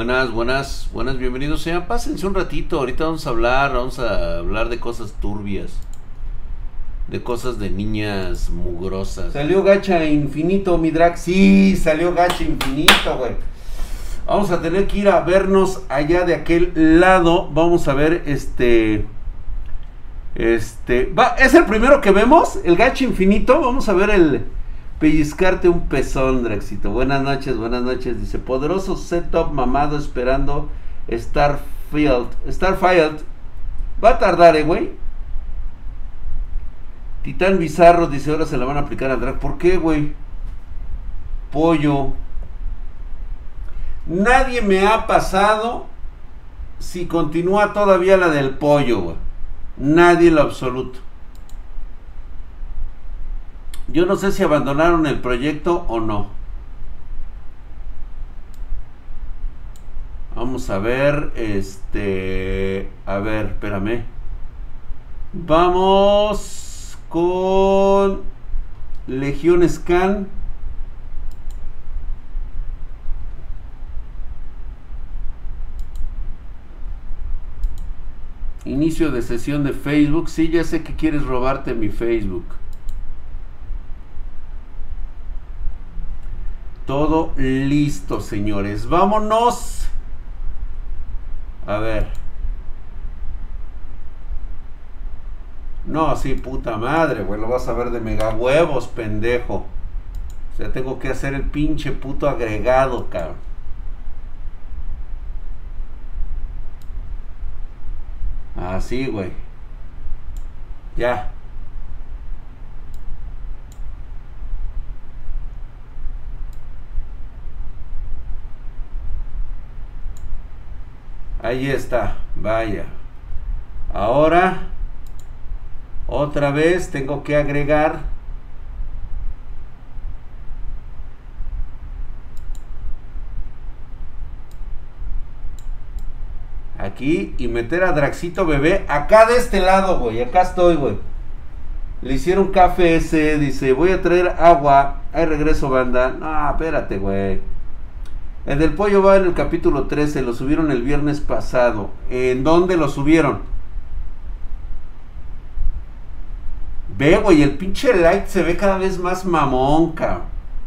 Buenas, buenas, buenas, bienvenidos sean. Pásense un ratito, ahorita vamos a hablar de cosas turbias, de cosas de niñas mugrosas. Salió gacha infinito, mi drag. Sí, salió gacha infinito, güey. Vamos a tener que ir a vernos allá de aquel lado. Vamos a ver es el primero que vemos, el gacha infinito. Vamos a ver el pellizcarte un pezón, Draxito. Buenas noches, dice, poderoso setup mamado esperando Starfield. Va a tardar, güey. Titán Bizarro dice, ahora se la van a aplicar al drag. ¿Por qué, güey? Pollo. Nadie me ha pasado si continúa todavía la del pollo, güey. Nadie en lo absoluto. Yo no sé si abandonaron el proyecto o no. Vamos a ver, a ver, espérame. Vamos con Legión Scan. Inicio de sesión de Facebook. Sí, ya sé que quieres robarte mi Facebook. Todo listo, señores. Vámonos. A ver. No, sí, puta madre, güey. Lo vas a ver de mega huevos, pendejo. O sea, tengo que hacer el pinche puto agregado, cabrón. Así, güey. Ya. Ahí está, vaya. Ahora, otra vez tengo que agregar aquí y meter a Draxito bebé acá de este lado, güey. Acá estoy, güey. Le hicieron café ese, dice, voy a traer agua. Ahí regreso, banda. No, espérate, güey. El del pollo va en el capítulo 13, lo subieron el viernes pasado. ¿En dónde lo subieron? Ve, güey, el pinche like se ve cada vez más mamón, cabrón.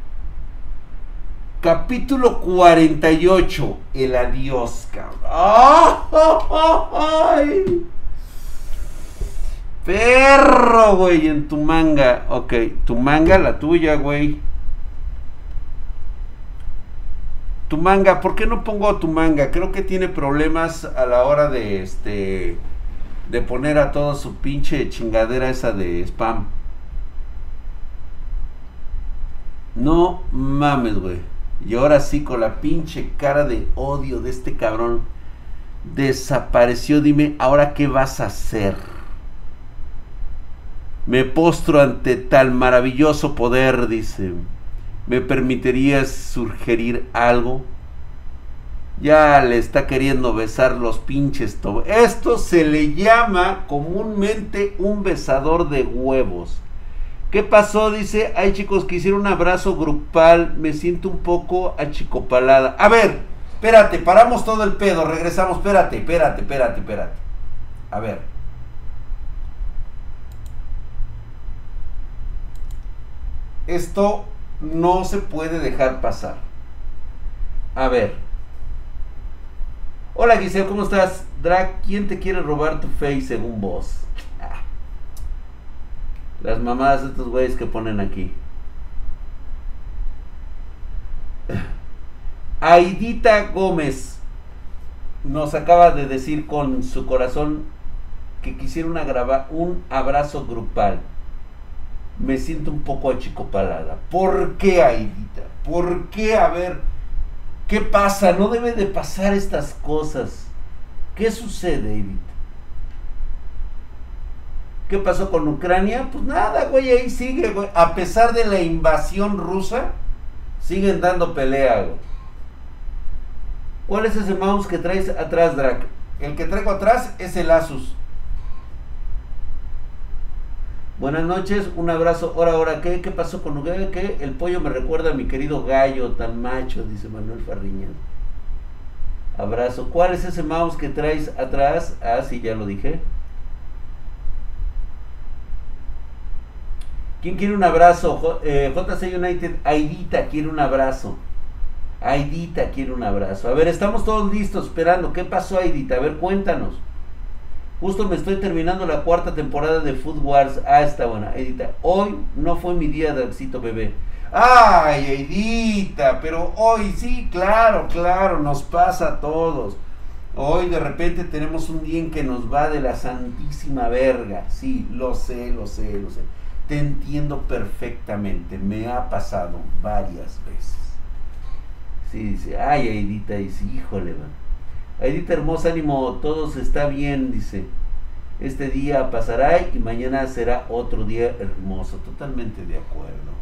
Capítulo 48, el adiós, cabrón. ¡Ay! Perro, güey, en tu manga. Ok, tu manga, la tuya, güey. Tu manga, ¿por qué no pongo tu manga? Creo que tiene problemas a la hora de poner a toda su pinche chingadera esa de spam. No mames, güey. Y ahora sí, con la pinche cara de odio de este cabrón, desapareció. Dime, ¿ahora qué vas a hacer? Me postro ante tal maravilloso poder, dice. ¿Me permitirías sugerir algo? Ya le está queriendo besar los pinches Esto se le llama comúnmente un besador de huevos. ¿Qué pasó? Dice, ay chicos, quisiera un abrazo grupal. Me siento un poco achicopalada. A ver, espérate, paramos todo el pedo, regresamos. Espérate. A ver. Esto no se puede dejar pasar. A ver. Hola Giselle, ¿cómo estás? Drag, ¿quién te quiere robar tu face según vos? Las mamadas de estos güeyes que ponen aquí. Aidita Gómez nos acaba de decir con su corazón que quisiera un abrazo grupal. Me siento un poco achicopalada. ¿Por qué, Aidita? ¿Por qué? A ver, ¿qué pasa? No debe de pasar estas cosas. ¿Qué sucede, Aidita? ¿Qué pasó con Ucrania? Pues nada, güey, ahí sigue, güey. A pesar de la invasión rusa, siguen dando pelea, güey. ¿Cuál es ese mouse que traes atrás, Drac? El que traigo atrás es el Asus. Buenas noches, un abrazo. Ahora, ¿qué pasó con Ucrania? ¿Qué? El pollo me recuerda a mi querido gallo tan macho, dice Manuel Farriñas. Abrazo. ¿Cuál es ese mouse que traes atrás? Ah, sí, ya lo dije. ¿Quién quiere un abrazo? JC United. Aidita quiere un abrazo. Aidita quiere un abrazo. A ver, estamos todos listos esperando. ¿Qué pasó, Aidita? A ver, cuéntanos. Justo me estoy terminando la 4ª temporada de Food Wars. Ah, está buena, Aidita. Hoy no fue mi día de éxito, bebé. Ay, Aidita, pero hoy sí, claro, nos pasa a todos. Hoy de repente tenemos un día en que nos va de la santísima verga. Sí, lo sé. Te entiendo perfectamente. Me ha pasado varias veces. Sí, dice, ay, Aidita, dice, híjole, man. Aidita hermosa, ánimo, todo está bien, dice. Este día pasará y mañana será otro día hermoso. Totalmente de acuerdo.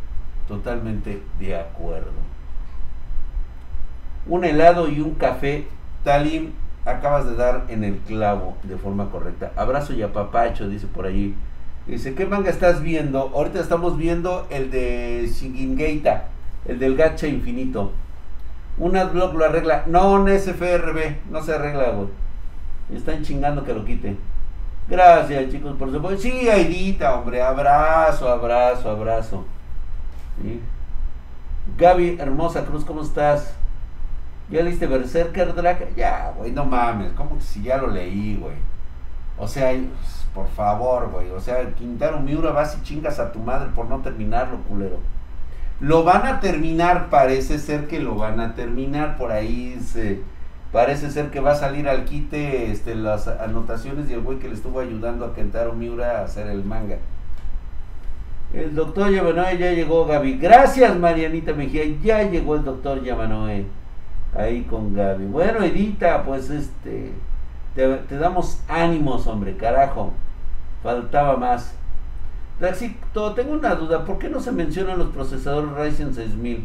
Un helado y un café. Talim, acabas de dar en el clavo de forma correcta. Abrazo y apapacho, dice por allí. Dice, ¿qué manga estás viendo? Ahorita estamos viendo el de Shingingata, el del gacha infinito. Un adblock lo arregla. No, SFRB, no se arregla, güey. Me están chingando que lo quite. Gracias, chicos, por su... Sí, Aidita, hombre, abrazo. ¿Sí? Gaby, hermosa Cruz, ¿cómo estás? ¿Ya leíste Berserker, Drake? Ya, güey, no mames, ¿cómo que si ya lo leí, güey? O sea, por favor, güey, o sea, Quintaro Miura, vas y chingas a tu madre por no terminarlo, culero. Lo van a terminar, parece ser que lo van a terminar, por ahí parece ser que va a salir al quite las anotaciones y el güey que le estuvo ayudando a Kentaro Miura a hacer el manga. El doctor Yamanoe ya llegó, Gaby. Gracias, Marianita Mejía, ya llegó el doctor Yamanoe. Ahí con Gaby. Bueno, Edita, pues te damos ánimos, hombre, carajo. Faltaba más. Draxito, tengo una duda, ¿por qué no se mencionan los procesadores Ryzen 6000?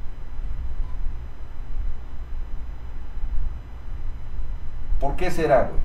¿Por qué será, güey?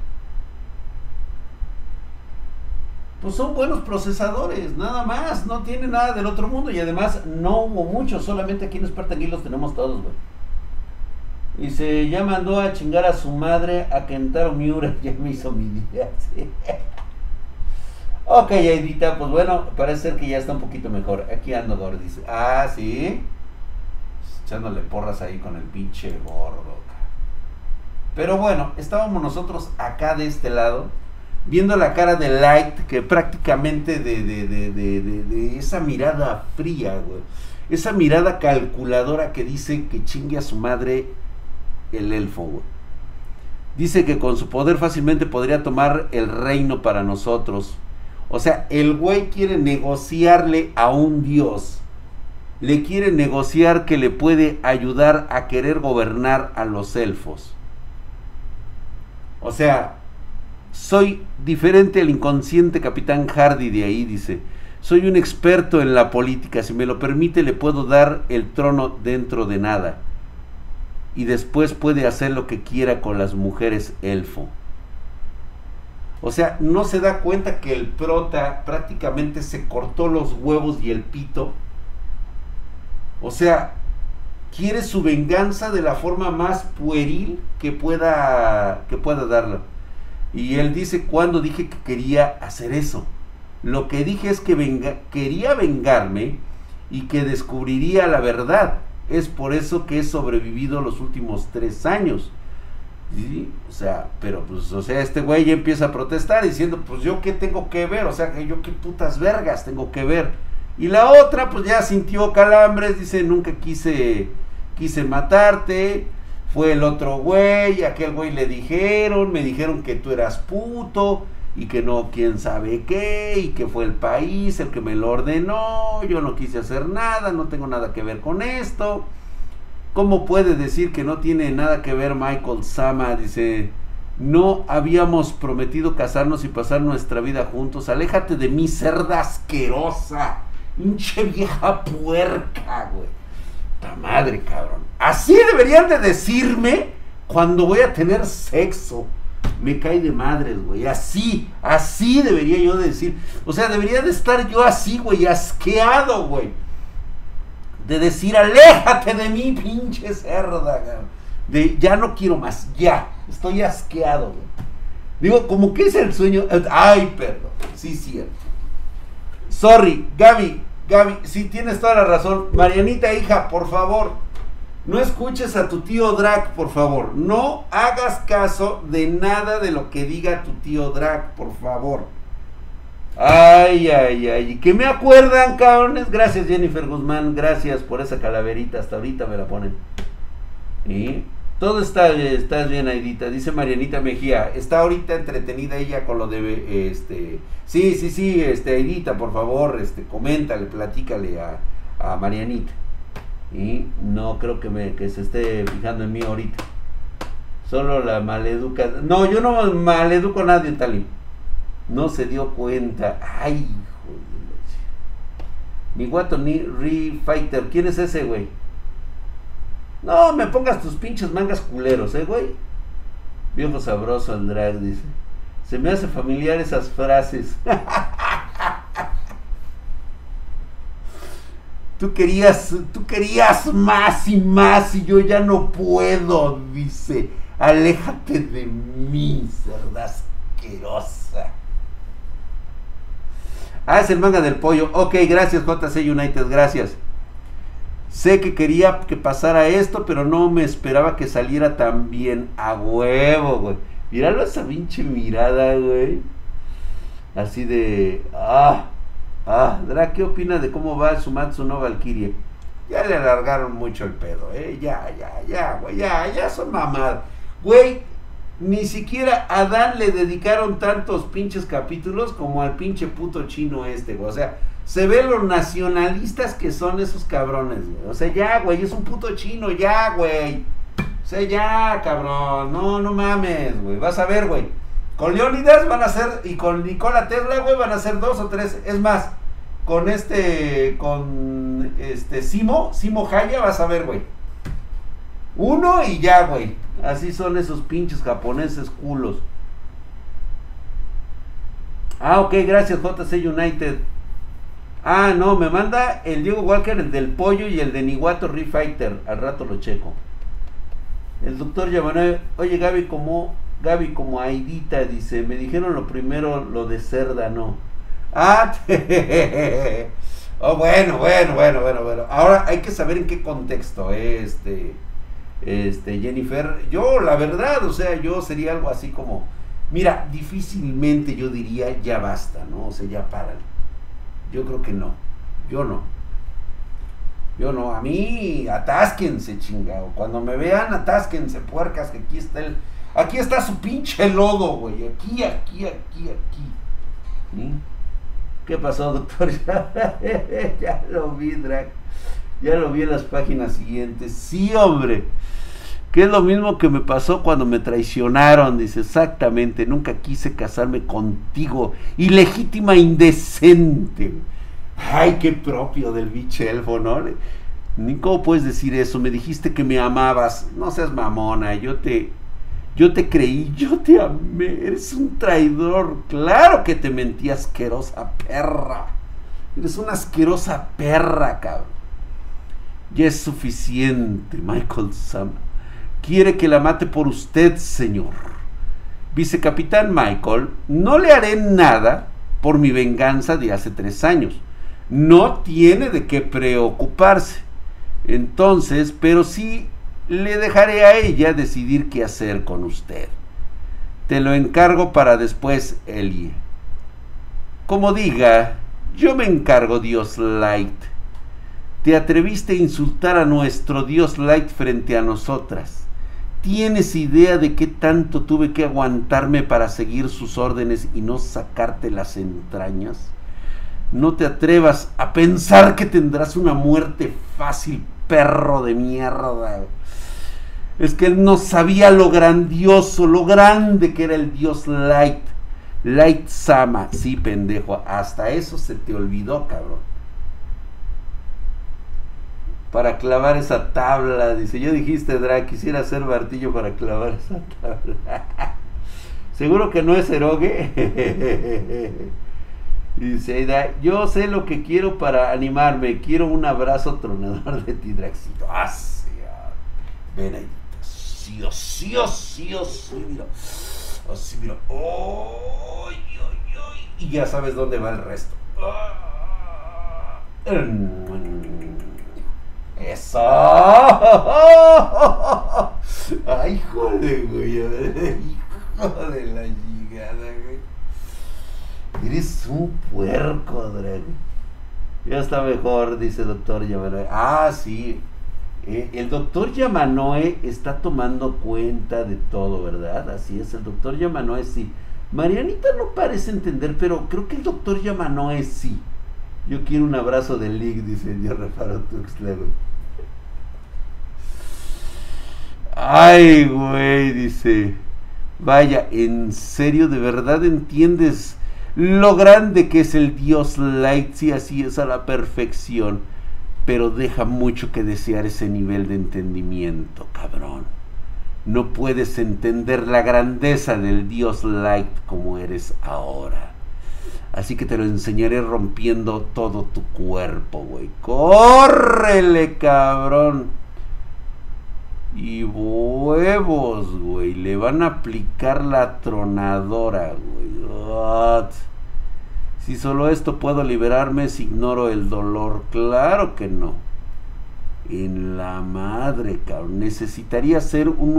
Pues son buenos procesadores, nada más, no tiene nada del otro mundo y además no hubo muchos, solamente aquí en Spartan Geek los tenemos todos, güey. Y se ya mandó a chingar a su madre a Kentaro Miura, ya me hizo mi día, sí. Ok, Edita, pues bueno, parece ser que ya está un poquito mejor. Aquí ando, gordo, dice. Ah, sí. Echándole porras ahí con el pinche gordo. Pero bueno, estábamos nosotros acá de este lado, viendo la cara de Light, que prácticamente de esa mirada fría, güey. Esa mirada calculadora que dice que chingue a su madre el elfo, güey. Dice que con su poder fácilmente podría tomar el reino para nosotros. O sea, el güey quiere negociarle a un dios. Le quiere negociar que le puede ayudar a querer gobernar a los elfos. O sea, soy diferente al inconsciente Capitán Hardy de ahí, dice. Soy un experto en la política. Si me lo permite, le puedo dar el trono dentro de nada. Y después puede hacer lo que quiera con las mujeres elfo. O sea, no se da cuenta que el prota prácticamente se cortó los huevos y el pito. O sea, quiere su venganza de la forma más pueril que pueda darla. Y él dice, cuando dije que quería hacer eso. Lo que dije es que quería vengarme y que descubriría la verdad. Es por eso que he sobrevivido los últimos 3 años. ¿Sí? O sea, pero pues, o sea, este güey ya empieza a protestar diciendo, pues yo qué tengo que ver, o sea, que yo qué putas vergas tengo que ver. Y la otra, pues ya sintió calambres, dice, nunca quise matarte, fue el otro güey, aquel güey me dijeron que tú eras puto, y que no, quién sabe qué, y que fue el país el que me lo ordenó, yo no quise hacer nada, no tengo nada que ver con esto. ¿Cómo puede decir que no tiene nada que ver Michael Sama? Dice, no habíamos prometido casarnos y pasar nuestra vida juntos. Aléjate de mí, cerda asquerosa. Hinche vieja puerca, güey. ¡Ta madre, cabrón! Así deberían de decirme cuando voy a tener sexo. Me cae de madres, güey. Así debería yo de decir. O sea, debería de estar yo así, güey, asqueado, güey. De decir, aléjate de mí, pinche cerda, de ya no quiero más, ya, estoy asqueado, güey. Digo, como que es el sueño, ay, perdón, sí, cierto. Sorry, Gaby, sí tienes toda la razón. Marianita, hija, por favor, no escuches a tu tío Drac, por favor. No hagas caso de nada de lo que diga tu tío Drac, por favor. Ay, que me acuerdan, cabrones. Gracias, Jennifer Guzmán, gracias por esa calaverita, hasta ahorita me la ponen. ¿Y? Todo está bien, Aidita, dice Marianita Mejía. Está ahorita entretenida ella con lo de sí, Aidita, por favor, coméntale, platícale a Marianita. Y no creo que se esté fijando en mí ahorita. Solo la maleduca. No, yo no maleduco a nadie, Tali. No se dio cuenta. Ay, hijo de la... Mi guato ni Fighter. ¿Quién es ese, güey? No me pongas tus pinches mangas culeros, güey. Viejo sabroso el drag, dice. Se me hace familiar esas frases. Tú querías más y más y yo ya no puedo, dice. Aléjate de mí, cerda asquerosa. Ah, es el manga del pollo. Ok, gracias, JC United, gracias. Sé que quería que pasara esto, pero no me esperaba que saliera tan bien. A huevo, güey. Míralo esa pinche mirada, güey. Así de... Dra, ¿qué opina de cómo va el Sumatsu no Valkyrie? Ya le alargaron mucho el pedo, Ya, güey, ya son mamadas. Güey, ni siquiera a Dan le dedicaron tantos pinches capítulos como al pinche puto chino güey. O sea... Se ve los nacionalistas que son esos cabrones, güey. O sea, ya, güey, es un puto chino, ya, güey. O sea, ya, cabrón. No mames, güey. Vas a ver, güey. Con Leónidas van a ser, y con Nikola Tesla, güey, van a ser 2 o 3. Es más, con Simo Haya vas a ver, güey. 1 y ya, güey. Así son esos pinches japoneses culos. Ah, ok, gracias, JC United. Ah, no, me manda el Diego Walker, el del pollo y el de Niguato Refighter. Al rato lo checo. El doctor Yamanuel, oye Gaby como Aidita, dice, me dijeron lo primero, lo de cerda, no. Ah, oh, bueno. Ahora hay que saber en qué contexto, Jennifer. Yo, la verdad, o sea, yo sería algo así como, mira, difícilmente yo diría, ya basta, ¿no? O sea, ya párale. Yo creo que no. Yo no. A mí, atásquense, chingado. Cuando me vean, atásquense, puercas, que aquí está su pinche lodo, güey. Aquí. ¿Sí? ¿Qué pasó, doctor? Ya lo vi, Drac. Ya lo vi en las páginas siguientes. Sí, hombre. Que es lo mismo que me pasó cuando me traicionaron, dice, exactamente, nunca quise casarme contigo, ilegítima indecente. Ay, qué propio del bicho elfo, ¿no? Ni cómo puedes decir eso, me dijiste que me amabas, no seas mamona, yo te creí, yo te amé, eres un traidor, claro que te mentí, asquerosa perra, eres una asquerosa perra, cabrón. Ya es suficiente, Michael Sam. Quiere que la mate por usted, señor. Vicecapitán Michael, no le haré nada por mi venganza de hace 3 años. No tiene de qué preocuparse. Entonces, pero sí le dejaré a ella decidir qué hacer con usted. Te lo encargo para después, Ellie. Como diga, yo me encargo, Dios Light. Te atreviste a insultar a nuestro Dios Light frente a nosotras. ¿Tienes idea de qué tanto tuve que aguantarme para seguir sus órdenes y no sacarte las entrañas? No te atrevas a pensar que tendrás una muerte fácil, perro de mierda. Es que él no sabía lo grandioso, lo grande que era el Dios Light. Light Sama. Sí, pendejo, hasta eso se te olvidó, cabrón. Para clavar esa tabla, dice, yo dijiste, Dra, quisiera ser martillo para clavar esa tabla. Seguro que no es eroge. Dice, yo sé lo que quiero para animarme, quiero un abrazo tronador de ti, Draxito. Ah, sí, ven ahí. así, así, así, así, mira. Así, mira. ¡Ay, ay, ay! Y ya sabes dónde va el resto. ¡Eso! ¡Ay, joder, güey! ¡Hijo de la chingada, güey! Eres un puerco, Drag. Ya está mejor, dice doctor Yamanoe. Ah, sí. El doctor Yamanoe está tomando cuenta de todo, ¿verdad? Así es, el doctor Yamanoe sí. Marianita no parece entender, pero creo que el doctor Yamanoe sí. Yo quiero un abrazo de Lick, dice yo reparo Tuxtla, güey. Ay, güey, dice. Vaya, ¿en serio de verdad entiendes lo grande que es el dios Light? Sí, así es a la perfección. Pero deja mucho que desear ese nivel de entendimiento, cabrón. No puedes entender la grandeza del dios Light como eres ahora. Así que te lo enseñaré rompiendo todo tu cuerpo, güey. ¡Córrele, cabrón! Y huevos, güey. Le van a aplicar la tronadora, güey. What? Si solo esto puedo liberarme si ignoro el dolor. Claro que no. En la madre, cabrón. Necesitaría ser un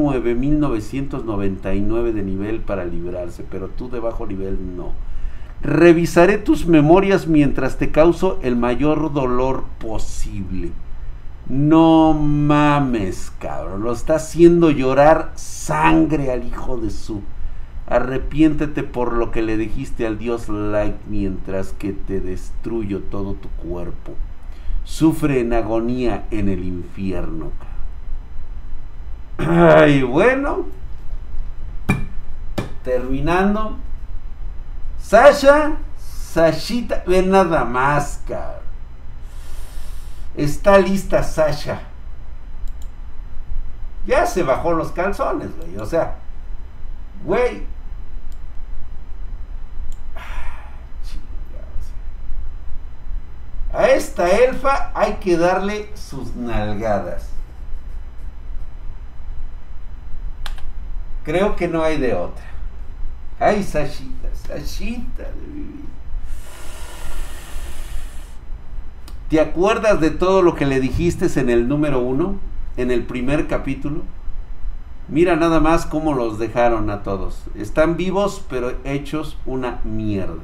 9999 de nivel para librarse. Pero tú de bajo nivel no. Revisaré tus memorias mientras te causo el mayor dolor posible. No mames, cabrón. Lo está haciendo llorar sangre al hijo de su... Arrepiéntete por lo que le dijiste al dios Light mientras que te destruyo todo tu cuerpo. Sufre en agonía en el infierno. Ay, bueno. Terminando. Sashita, ve nada más, cabrón. Está lista Sasha. Ya se bajó los calzones, güey. O sea, güey. A esta elfa hay que darle sus nalgadas. Creo que no hay de otra. Ay, Sashita de mi vida. ¿Te acuerdas de todo lo que le dijiste en el número 1? En el primer capítulo. Mira nada más cómo los dejaron a todos. Están vivos, pero hechos una mierda.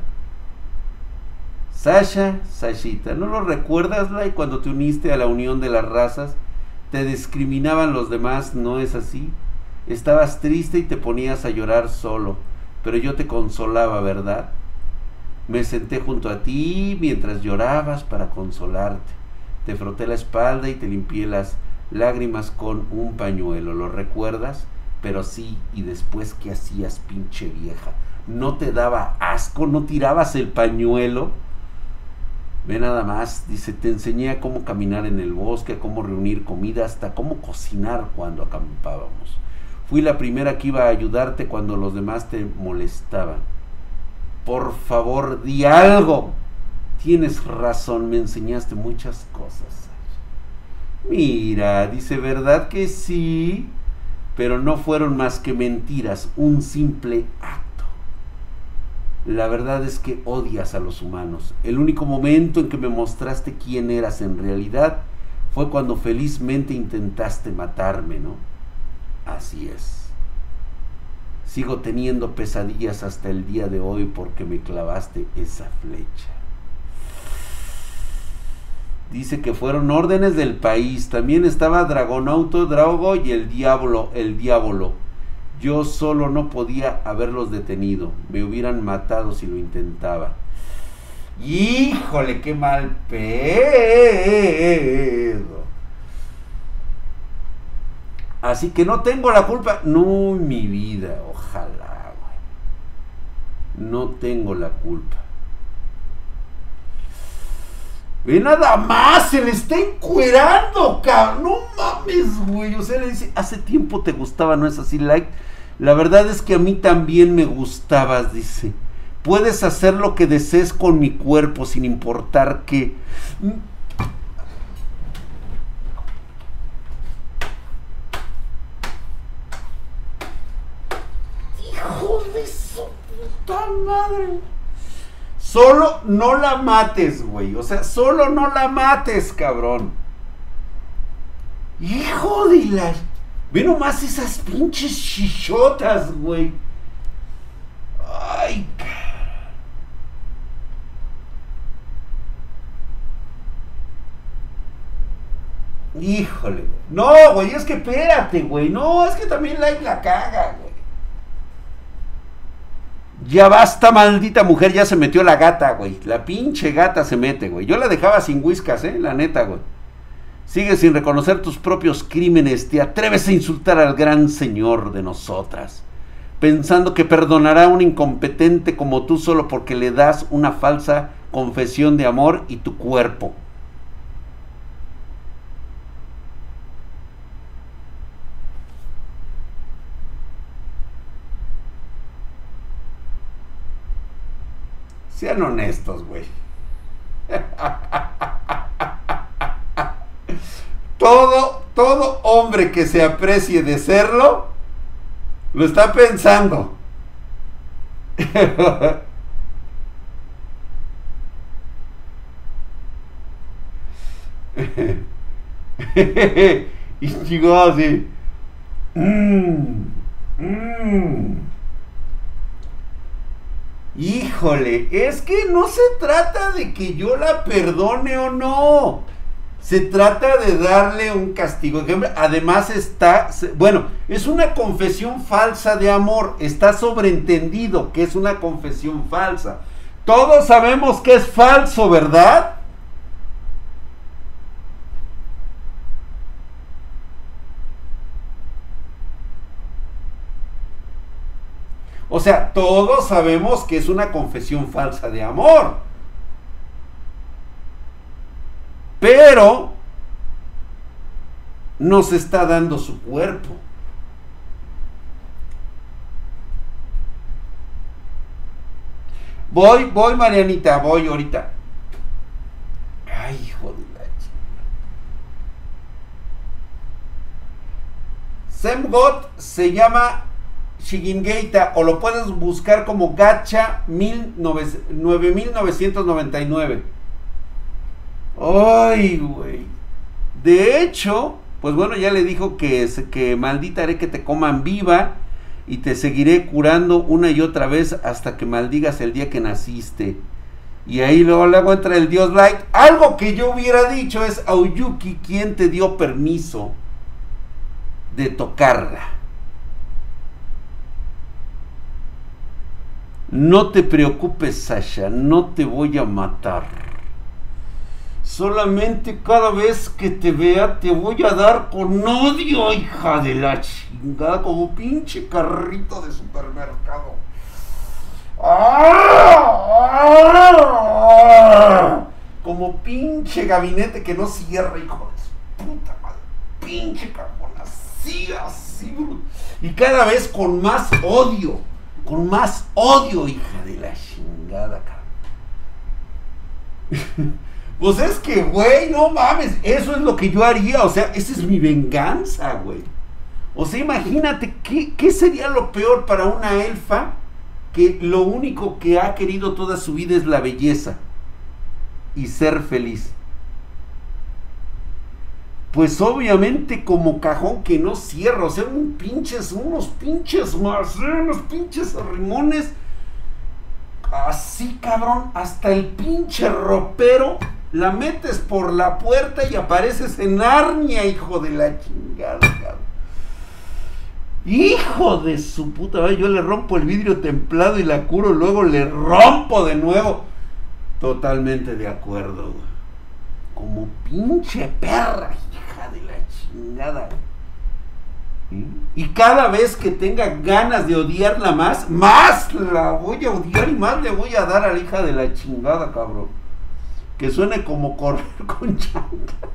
Sashita, ¿no lo recuerdas, Lai? Cuando te uniste a la unión de las razas, te discriminaban los demás, ¿no es así? Estabas triste y te ponías a llorar solo, pero yo te consolaba, ¿verdad? Me senté junto a ti mientras llorabas para consolarte. Te froté la espalda y te limpié las lágrimas con un pañuelo, ¿lo recuerdas? Pero sí, y después, ¿qué hacías, pinche vieja? ¿No te daba asco? ¿No tirabas el pañuelo? Ve nada más, dice, te enseñé a cómo caminar en el bosque, a cómo reunir comida, hasta cómo cocinar cuando acampábamos. Fui la primera que iba a ayudarte cuando los demás te molestaban. Por favor, di algo. Tienes razón, me enseñaste muchas cosas. Mira, dice, ¿verdad que sí? Pero no fueron más que mentiras, un simple acto. La verdad es que odias a los humanos. El único momento en que me mostraste quién eras en realidad fue cuando felizmente intentaste matarme, ¿no? Así es. Sigo teniendo pesadillas hasta el día de hoy porque me clavaste esa flecha. Dice que fueron órdenes del país. También estaba Dragonauto, Drago y el diablo. Yo solo no podía haberlos detenido. Me hubieran matado si lo intentaba. ¡Híjole, qué mal pedo! Así que no tengo la culpa. No, mi vida, ojalá, güey. No tengo la culpa. Ve nada más, se le está encuerando, cabrón. No mames, güey. O sea, le dice, hace tiempo te gustaba, ¿no es así, Like? La verdad es que a mí también me gustabas, dice. Puedes hacer lo que desees con mi cuerpo sin importar qué. de su puta madre! Solo no la mates, güey. O sea, solo no la mates, cabrón. Hijo de la... Ve nomás esas pinches chichotas, güey. Ay, híjole, güey. No, güey, es que espérate, güey. No, es que también la caga, güey. Ya basta, maldita mujer, ya se metió la gata, güey. La pinche gata se mete, güey. Yo la dejaba sin whiskas, la neta, güey. Sigues sin reconocer tus propios crímenes. Te atreves a insultar al gran señor de nosotras, pensando que perdonará a un incompetente como tú solo porque le das una falsa confesión de amor y tu cuerpo. Sean honestos, güey. Todo hombre que se aprecie de serlo, lo está pensando. Y llegó así. Híjole, es que no se trata de que yo la perdone o no. Se trata de darle un castigo. Además está, bueno, es una confesión falsa de amor. Está sobreentendido que es una confesión falsa. Todos sabemos que es falso, ¿verdad? O sea, todos sabemos que es una confesión falsa de amor. Pero nos está dando su cuerpo. Voy, Marianita, voy ahorita. Ay, hijo de la chica. Semgot se llama Shigingeita, o lo puedes buscar como Gacha 9999. Ay, güey. De hecho, pues bueno, ya le dijo que maldita haré que te coman viva y te seguiré curando una y otra vez hasta que maldigas el día que naciste. Y ahí luego entra el dios Light. Algo que yo hubiera dicho es: Aoyuki, ¿quién te dio permiso de tocarla? No te preocupes, Sasha, no te voy a matar. Solamente cada vez que te vea te voy a dar con odio, hija de la chingada, como pinche carrito de supermercado. Como pinche gabinete que no cierra, hijo de su puta madre. Pinche carbón, así, y cada vez con más odio, hija de la chingada, cabrón. Pues es que, güey, no mames, eso es lo que yo haría, o sea, esa es mi venganza, güey. O sea, imagínate, ¿qué sería lo peor para una elfa que lo único que ha querido toda su vida es la belleza y ser feliz? Pues obviamente como cajón que no cierra, o sea, unos pinches rimones, así, cabrón, hasta el pinche ropero. La metes por la puerta y apareces en Narnia, hijo de la chingada, cabrón. Hijo de su puta madre, yo le rompo el vidrio templado y la curo, luego le rompo de nuevo. Totalmente de acuerdo, güey. Como pinche perra, hija de la chingada. Y cada vez que tenga ganas de odiarla más la voy a odiar y más le voy a dar a la hija de la chingada, cabrón. Que suene como correr con chancla.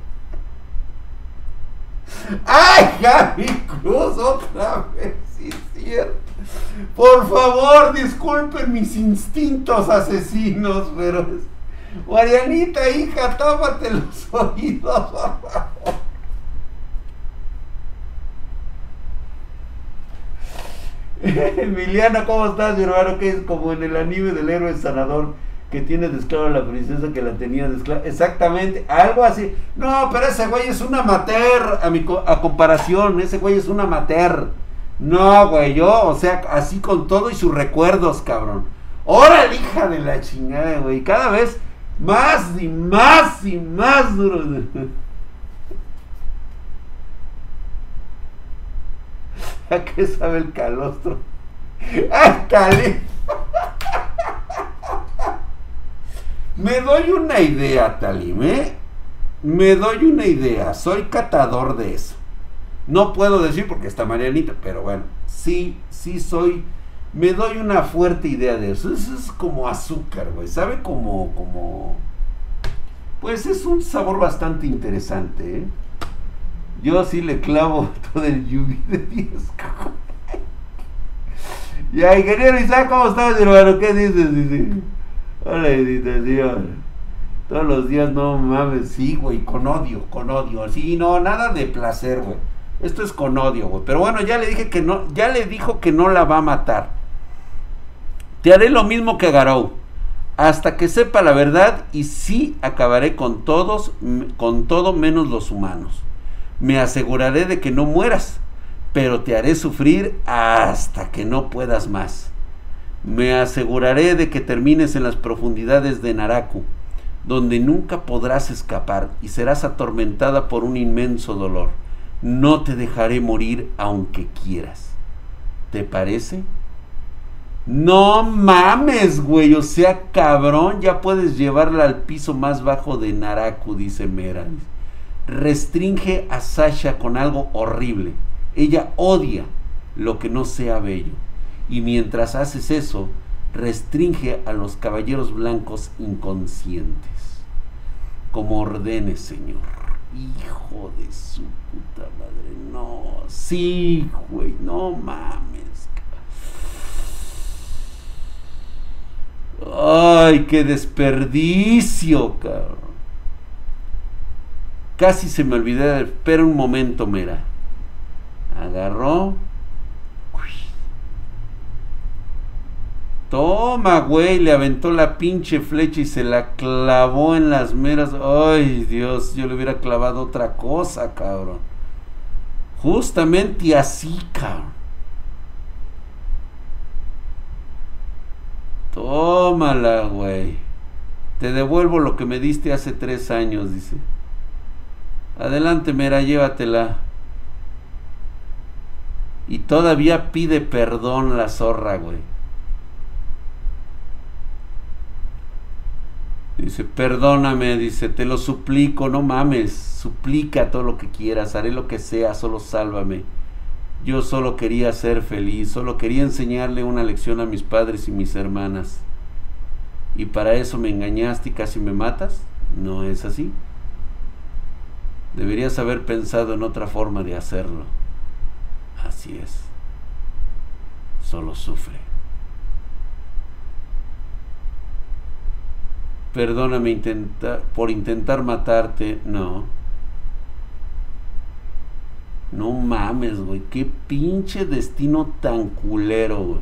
¡Ay, Gaby Cruz! Otra vez, sí es cierto. Por favor, disculpen mis instintos asesinos, pero... Marianita, hija, tápate los oídos, por favor. Emiliano, ¿cómo estás, mi hermano? Que es como en el anime del héroe sanador, que tiene de esclava a la princesa que la tenía de esclava. Exactamente, algo así. No, pero ese güey es un amateur, a comparación, ese güey es un amateur. No, güey, yo, o sea, así con todo y sus recuerdos, cabrón. ¡Órale, hija de la chingada, güey! Cada vez más y más y más duro. ¿A qué sabe el calostro? ¡Ah, cali! Me doy una idea, Talim, ¿eh? Me doy una idea. Soy catador de eso. No puedo decir porque está Marianita, pero bueno, sí soy. Me doy una fuerte idea de eso. Eso es como azúcar, güey. Sabe como. Pues es un sabor bastante interesante, ¿eh? Yo sí le clavo todo el yubi de 10. Ya, ingeniero Isaac, ¿cómo estás, hermano? ¿Qué dices? Dice. Hola, editación. Todos los días, no mames. Sí, güey, con odio. Sí, no, nada de placer, güey. Esto es con odio, güey. Pero bueno, ya le dije que no, ya le dijo que no la va a matar. Te haré lo mismo que a Garou, hasta que sepa la verdad, y sí acabaré con todos, con todo menos los humanos. Me aseguraré de que no mueras, pero te haré sufrir hasta que no puedas más. Me aseguraré de que termines en las profundidades de Naraku, donde nunca podrás escapar y serás atormentada por un inmenso dolor. No te dejaré morir aunque quieras. ¿Te parece? No mames, güey. O sea, cabrón, ya puedes llevarla al piso más bajo de Naraku, dice Mera. Restringe a Sasha con algo horrible. Ella odia lo que no sea bello. Y mientras haces eso, restringe a los caballeros blancos inconscientes. Como ordenes, señor. Hijo de su puta madre. No, sí, güey, no mames. Ay, qué desperdicio, cabrón. Casi se me olvidé. Espera un momento, Mera. Agarró. Toma, güey, le aventó la pinche flecha y se la clavó en las meras. Ay, Dios, yo le hubiera clavado otra cosa, cabrón. Justamente así, cabrón. Tómala, güey. Te devuelvo lo que me diste hace 3 años, dice. Adelante, Mera, llévatela. Y todavía pide perdón la zorra, güey. Dice, perdóname, dice, te lo suplico, no mames, suplica todo lo que quieras, haré lo que sea, solo sálvame. Yo solo quería ser feliz, solo quería enseñarle una lección a mis padres y mis hermanas. ¿Y para eso me engañaste y casi me matas? ¿No es así? Deberías haber pensado en otra forma de hacerlo. Así es. Solo sufre. Perdóname por intentar matarte. No. No mames, güey. Qué pinche destino tan culero, güey.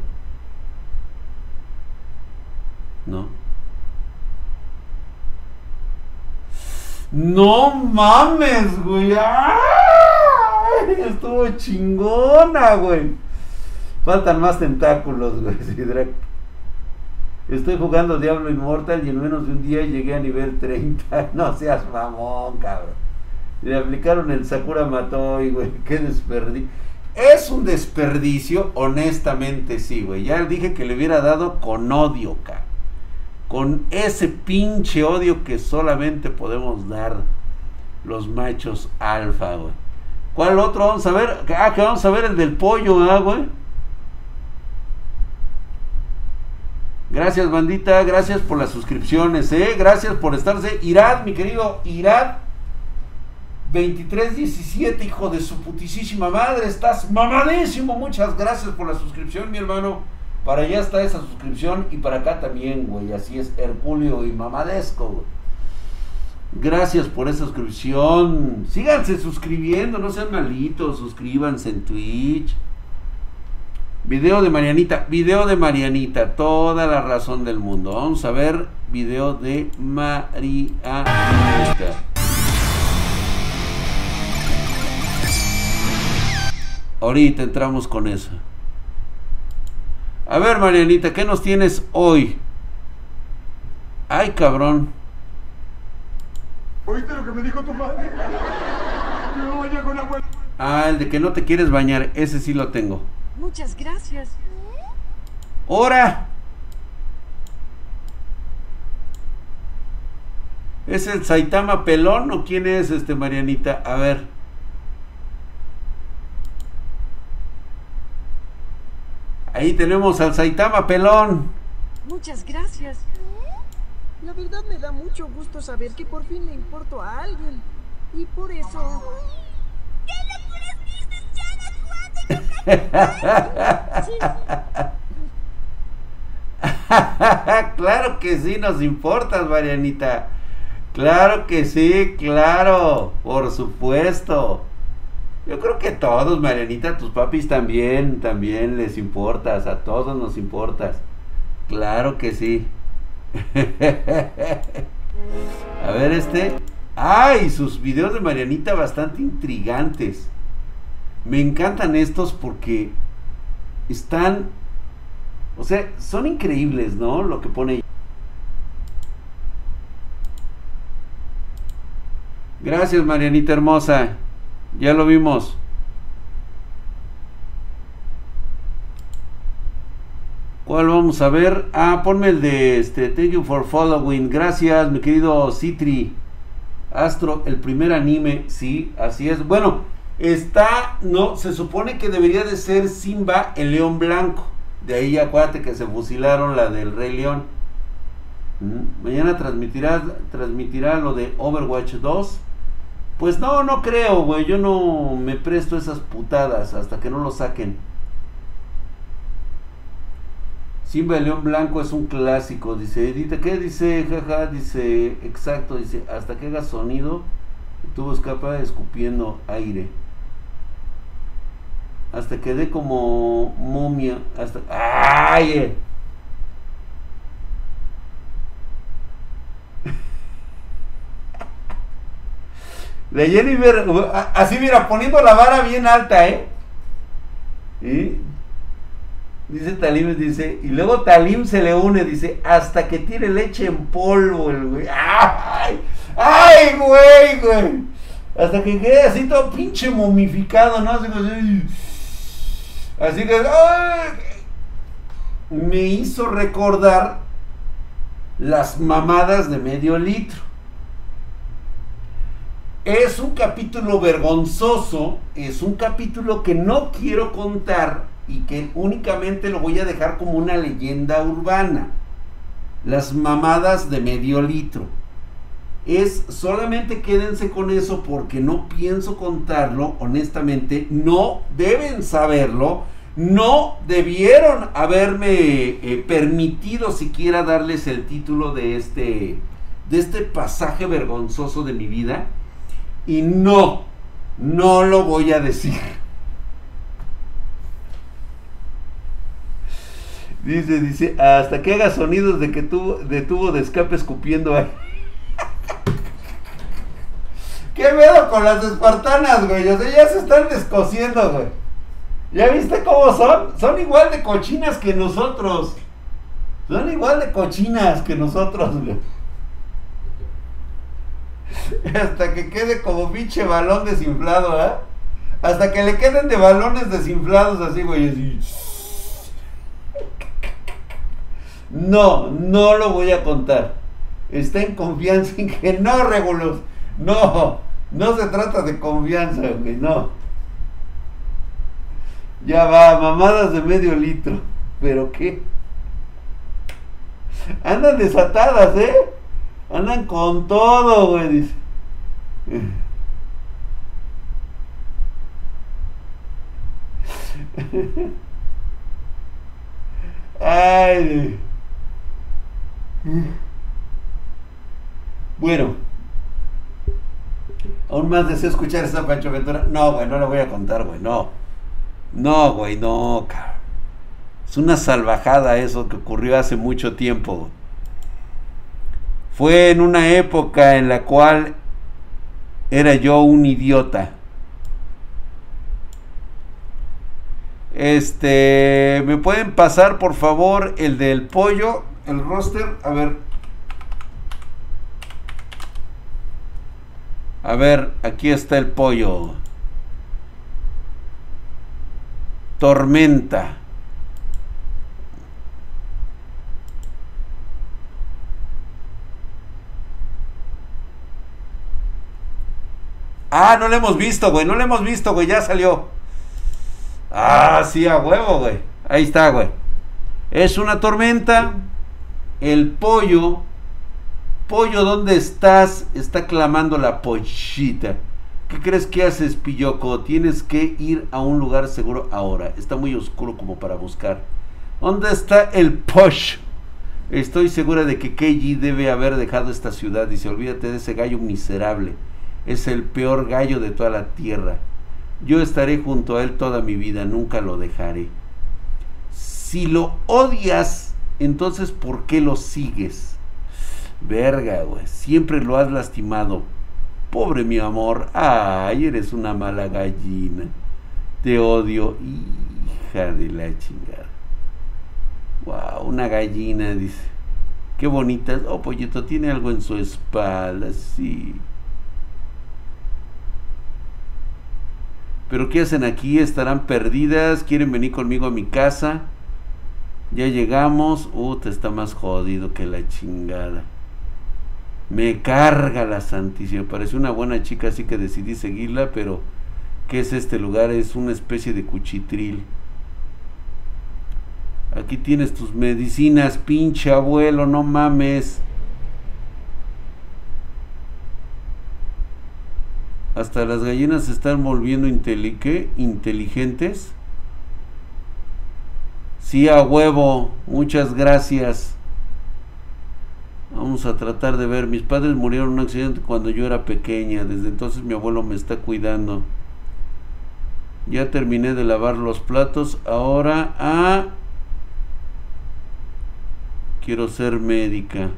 ¿No? No mames, güey. ¡Ay! Estuvo chingona, güey. Faltan más tentáculos, güey. Sí, estoy jugando Diablo Immortal y en menos de un día llegué a nivel 30. No seas mamón, cabrón. Le aplicaron el Sakura Matoi, güey. Qué desperdicio. Es un desperdicio, honestamente sí, güey. Ya dije que le hubiera dado con odio, cabrón. Con ese pinche odio que solamente podemos dar los machos alfa, güey. ¿Cuál otro vamos a ver? Que vamos a ver el del pollo, güey. Gracias, bandita, gracias por las suscripciones, gracias por estarse. Irad, mi querido Irad 2317, hijo de su putisísima madre, estás mamadísimo. Muchas gracias por la suscripción, mi hermano. Para allá está esa suscripción y para acá también, güey. Así es, Herculeo y Mamadesco, güey. Gracias por esa suscripción. Síganse suscribiendo, no sean malitos. Suscríbanse en Twitch. Video de Marianita, toda la razón del mundo. Vamos a ver video de Marianita. Ahorita entramos con eso. A ver, Marianita, ¿qué nos tienes hoy? Ay, cabrón. ¿Oíste lo que me dijo tu madre? Que me vaya con agua. Ah, el de que no te quieres bañar, ese sí lo tengo. Muchas gracias. ¡Hora! ¿Es el Saitama pelón o quién es Marianita? A ver. Ahí tenemos al Saitama pelón. Muchas gracias. La verdad me da mucho gusto saber que por fin le importo a alguien. Y por eso... Claro que sí nos importas, Marianita. Claro que sí, claro. Por supuesto. Yo creo que a todos, Marianita, tus papis también les importas. A todos nos importas. Claro que sí. A ver Ay, sus videos de Marianita bastante intrigantes. Me encantan estos porque están, o sea, son increíbles, ¿no? Lo que pone ahí. Gracias, Marianita hermosa. Ya lo vimos. ¿Cuál vamos a ver? Ah, ponme el de Thank you for following. Gracias, mi querido Citri. Astro, el primer anime. Sí, así es. Bueno, no, se supone que debería de ser Simba, el león blanco. De ahí acuérdate que se fusilaron la del Rey León. Mañana transmitirá lo de Overwatch 2. Pues no creo, güey. Yo no me presto esas putadas hasta que no lo saquen. Simba el león blanco es un clásico, dice Edita. ¿Qué dice? Jaja, dice, exacto, dice, hasta que haga sonido, el tubo escapa escupiendo aire. Hasta que dé como momia, hasta... ¡Ay! De Jennifer, así mira, poniendo la vara bien alta, ¿Y? Dice Talim, dice, y luego Talim se le une, dice, hasta que tire leche en polvo el güey. ¡Ay! ¡Ay, güey! Hasta que quede así todo pinche momificado, ¿no? Así que, ¡ay! Me hizo recordar las mamadas de medio litro. Es un capítulo vergonzoso, es un capítulo que no quiero contar y que únicamente lo voy a dejar como una leyenda urbana. Las mamadas de medio litro. Solamente quédense con eso porque no pienso contarlo, honestamente, no deben saberlo, no debieron haberme permitido siquiera darles el título de este pasaje vergonzoso de mi vida, y no lo voy a decir. Dice, hasta que haga sonidos de tubo de escape escupiendo ahí. ¿Qué pedo con las espartanas, güey? O sea, ya se están descosiendo, güey. ¿Ya viste cómo son? Son igual de cochinas que nosotros. Güey. Hasta que quede como pinche balón desinflado, ¿eh? Hasta que le queden de balones desinflados así, güey, así. No lo voy a contar. Está en confianza en que no, Regulus. No se trata de confianza, güey, no. Ya va, mamadas de medio litro. ¿Pero qué? Andan desatadas, Andan con todo, güey, dice. Ay. Bueno, aún más deseo escuchar esa Pancho Ventura. No, güey, no la voy a contar, güey, no, güey, no, cabrón. Es una salvajada eso que ocurrió hace mucho tiempo. Fue en una época en la cual era yo un idiota. ¿Me pueden pasar por favor el del pollo, el roster? A ver, aquí está el pollo. Tormenta. Ah, no lo hemos visto, güey. Ya salió. Ah, sí, a huevo, güey. Ahí está, güey. Es una tormenta. El pollo. Pollo, ¿dónde estás? Está clamando la pollita. ¿Qué crees que haces, pilloco? Tienes que ir a un lugar seguro ahora. Está muy oscuro como para buscar. ¿Dónde está el posh? Estoy segura de que Keiji debe haber dejado esta ciudad. Dice, olvídate de ese gallo miserable. Es el peor gallo de toda la tierra. Yo estaré junto a él toda mi vida. Nunca lo dejaré. Si lo odias, entonces ¿por qué lo sigues? Verga, güey. Siempre lo has lastimado. Pobre mi amor. Ay, eres una mala gallina. Te odio. Hija de la chingada. Wow, una gallina, dice. Qué bonita. Oh, pollito, tiene algo en su espalda. Sí. ¿Pero qué hacen aquí? ¿Estarán perdidas? ¿Quieren venir conmigo a mi casa? Ya llegamos. Te está más jodido que la chingada. Me carga la santísima. Parece una buena chica, así que decidí seguirla, pero ¿qué es este lugar? Es una especie de cuchitril. Aquí tienes tus medicinas, pinche abuelo, no mames. Hasta las gallinas se están volviendo inteligentes. Sí, a huevo. Muchas gracias. Vamos a tratar de ver. Mis padres murieron en un accidente cuando yo era pequeña. Desde entonces mi abuelo me está cuidando. Ya terminé de lavar los platos. Ahora quiero ser médica.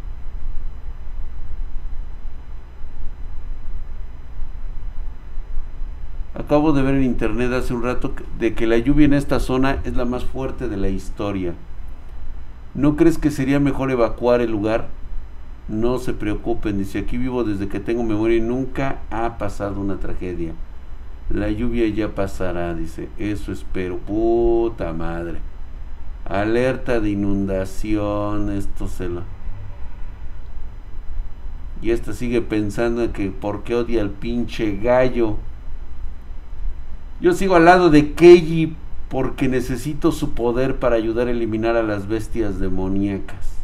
Acabo de ver en internet hace un rato de que la lluvia en esta zona es la más fuerte de la historia. ¿No crees que sería mejor evacuar el lugar? No se preocupen, dice, aquí vivo desde que tengo memoria y nunca ha pasado una tragedia. La lluvia ya pasará, dice, eso espero. Puta madre. Alerta de inundación, esto se lo... Y esta sigue pensando en que por qué odia al pinche gallo. Yo sigo al lado de Keiji porque necesito su poder para ayudar a eliminar a las bestias demoníacas.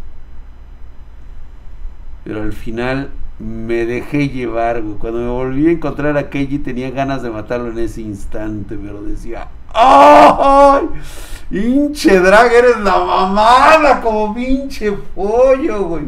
Pero al final me dejé llevar, güey. Cuando me volví a encontrar a Keiji tenía ganas de matarlo en ese instante, pero decía, ¡ay! ¡Hinche drag, eres la mamada! Como pinche pollo, güey.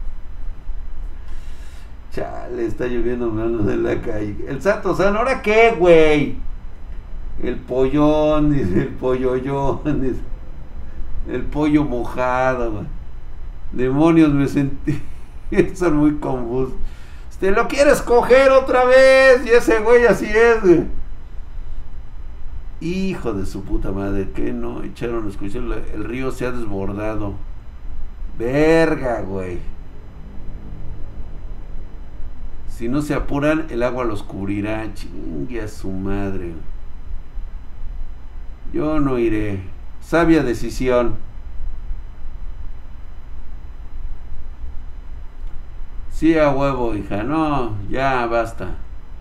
Chale, está lloviendo manos en la calle. El Santo San, ¿ahora qué, güey? El pollón, dice, el pollollón, dice, el pollo mojado, güey. Demonios, me sentí. Son muy confusos. ¿Lo quieres coger otra vez? Y ese güey así es, güey. Hijo de su puta madre, que no echaron los juicios. El río se ha desbordado. Verga, güey. Si no se apuran, el agua los cubrirá. Chingue a su madre, güey. Yo no iré. Sabia decisión. Sí, a huevo, hija. No, ya basta.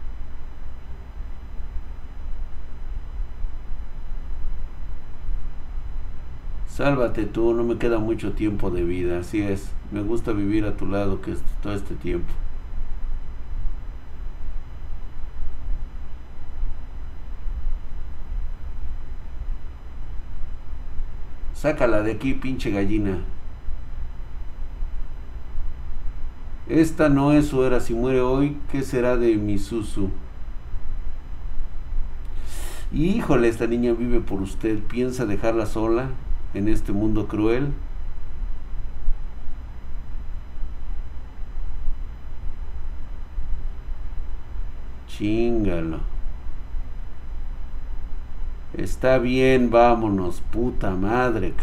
Sálvate tú, no me queda mucho tiempo de vida. Así es. Me gusta vivir a tu lado que todo este tiempo. Sácala de aquí, pinche gallina. Esta no es su era. Si muere hoy, ¿qué será de mi Susu? Híjole, esta niña vive por usted. ¿Piensa dejarla sola? en este mundo cruel. Chíngalo. Está bien, vámonos, puta madre.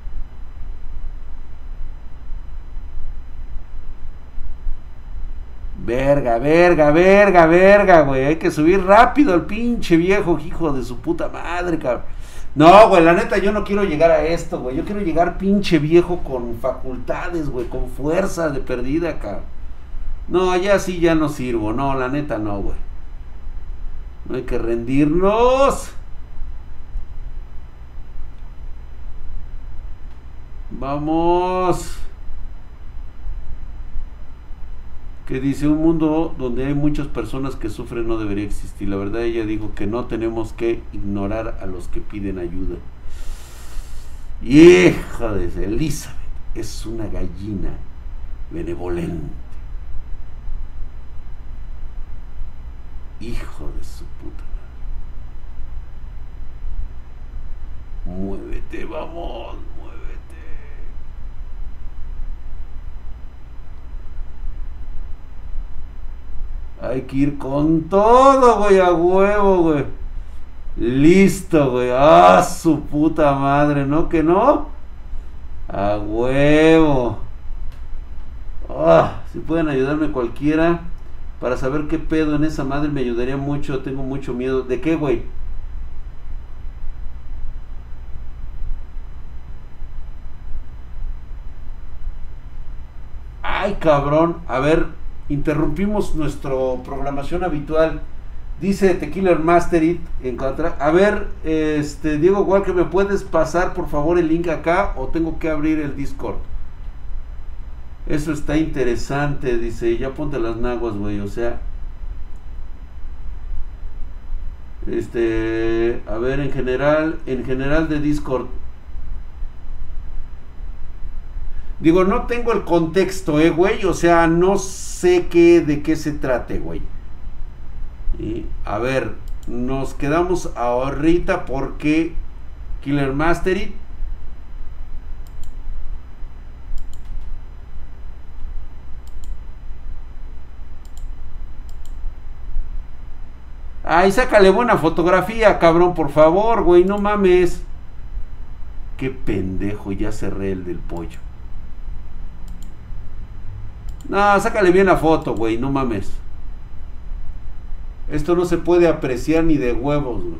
Verga, verga, verga, verga, güey. Hay que subir rápido al pinche viejo, hijo de su puta madre, cabrón. No, güey, la neta, yo no quiero llegar a esto, güey. Yo quiero llegar pinche viejo con facultades, güey, con fuerza de perdida, cabrón. No, ya sí, ya no sirvo. No, la neta, no, güey. No hay que rendirnos. Vamos. Que dice, un mundo donde hay muchas personas que sufren no debería existir. La verdad, ella dijo que no tenemos que ignorar a los que piden ayuda. Hija de Elizabeth, es una gallina benevolente. Hijo de su puta madre. Muévete, vamos, muévete. Hay que ir con todo, güey, a huevo, güey. Listo, güey. Ah, su puta madre, ¿no? ¿Que no? A huevo. Ah, si pueden ayudarme cualquiera para saber qué pedo en esa madre, me ayudaría mucho. Tengo mucho miedo. ¿De qué, güey? Ay, cabrón. A ver, interrumpimos nuestra programación habitual. Dice Tequila Masterit en contra. A ver, Diego Walker, ¿me puedes pasar por favor el link acá o tengo que abrir el Discord? Eso está interesante, dice. Ya ponte las naguas, güey. O sea, a ver, en general de Discord. Digo, no tengo el contexto, güey. O sea, no sé de qué se trate, güey. Y, a ver, nos quedamos ahorita porque Killer Mastery. Ay, sácale buena fotografía, cabrón, por favor, güey, no mames. Qué pendejo, ya cerré el del pollo. No, sácale bien la foto, güey, no mames. Esto no se puede apreciar ni de huevos, güey.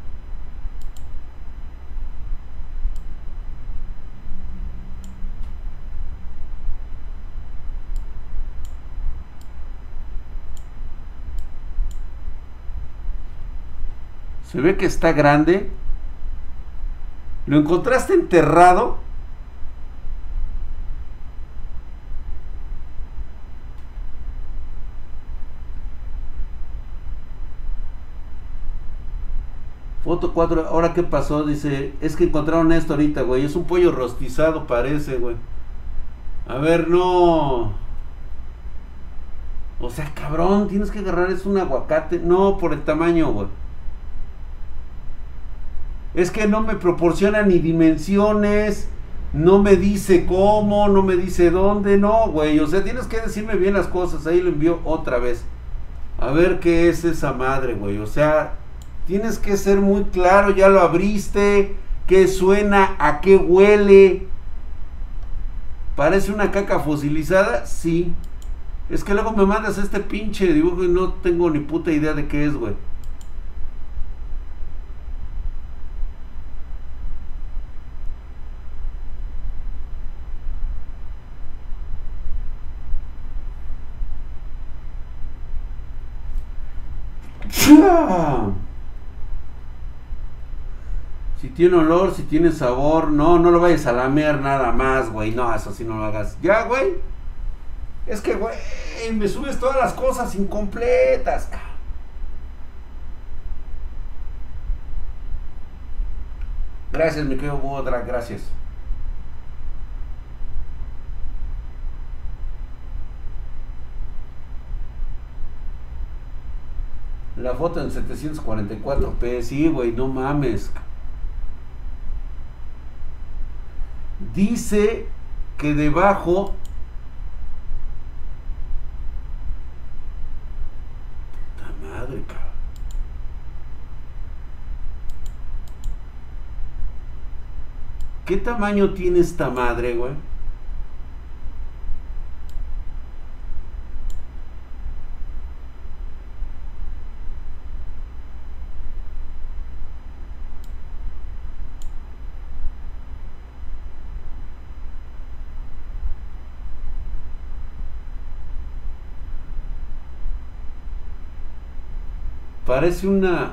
Se ve que está grande. ¿Lo encontraste enterrado? Foto 4, ahora qué pasó, dice, es que encontraron esto ahorita, güey, es un pollo rostizado parece, güey. A ver, no. O sea, cabrón, tienes que agarrar, es un aguacate. No, por el tamaño, güey. Es que no me proporciona ni dimensiones, no me dice cómo, no me dice dónde, no, güey. O sea, tienes que decirme bien las cosas, ahí lo envío otra vez. A ver qué es esa madre, güey, o sea... Tienes que ser muy claro, ya lo abriste, qué suena, a qué huele. ¿Parece una caca fosilizada? Sí. Es que luego me mandas este pinche dibujo y no tengo ni puta idea de qué es, güey. Si tiene olor, si tiene sabor, no lo vayas a lamer nada más, güey. No, eso sí no lo hagas. Ya, güey. Es que, güey, me subes todas las cosas incompletas. Gracias, mi querido Bodra, gracias. La foto en 744p, sí, güey, no mames. Dice que debajo... Puta madre, cabrón. ¿Qué tamaño tiene esta madre, güey? Parece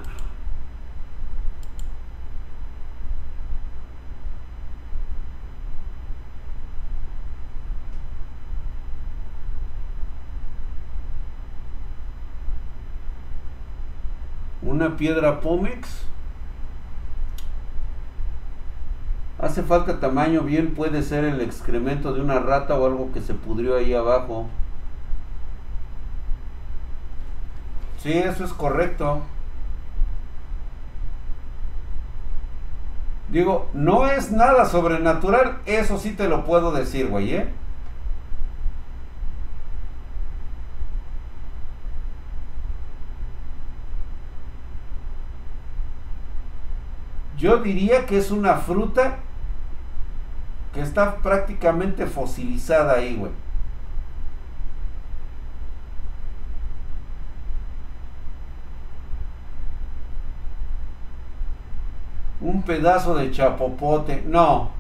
una piedra pómex. Hace falta tamaño, bien puede ser el excremento de una rata o algo que se pudrió ahí abajo. Sí, eso es correcto. Digo, no es nada sobrenatural, eso sí te lo puedo decir, güey, ¿eh? Yo diría que es una fruta que está prácticamente fosilizada ahí, güey. Un pedazo de chapopote. No.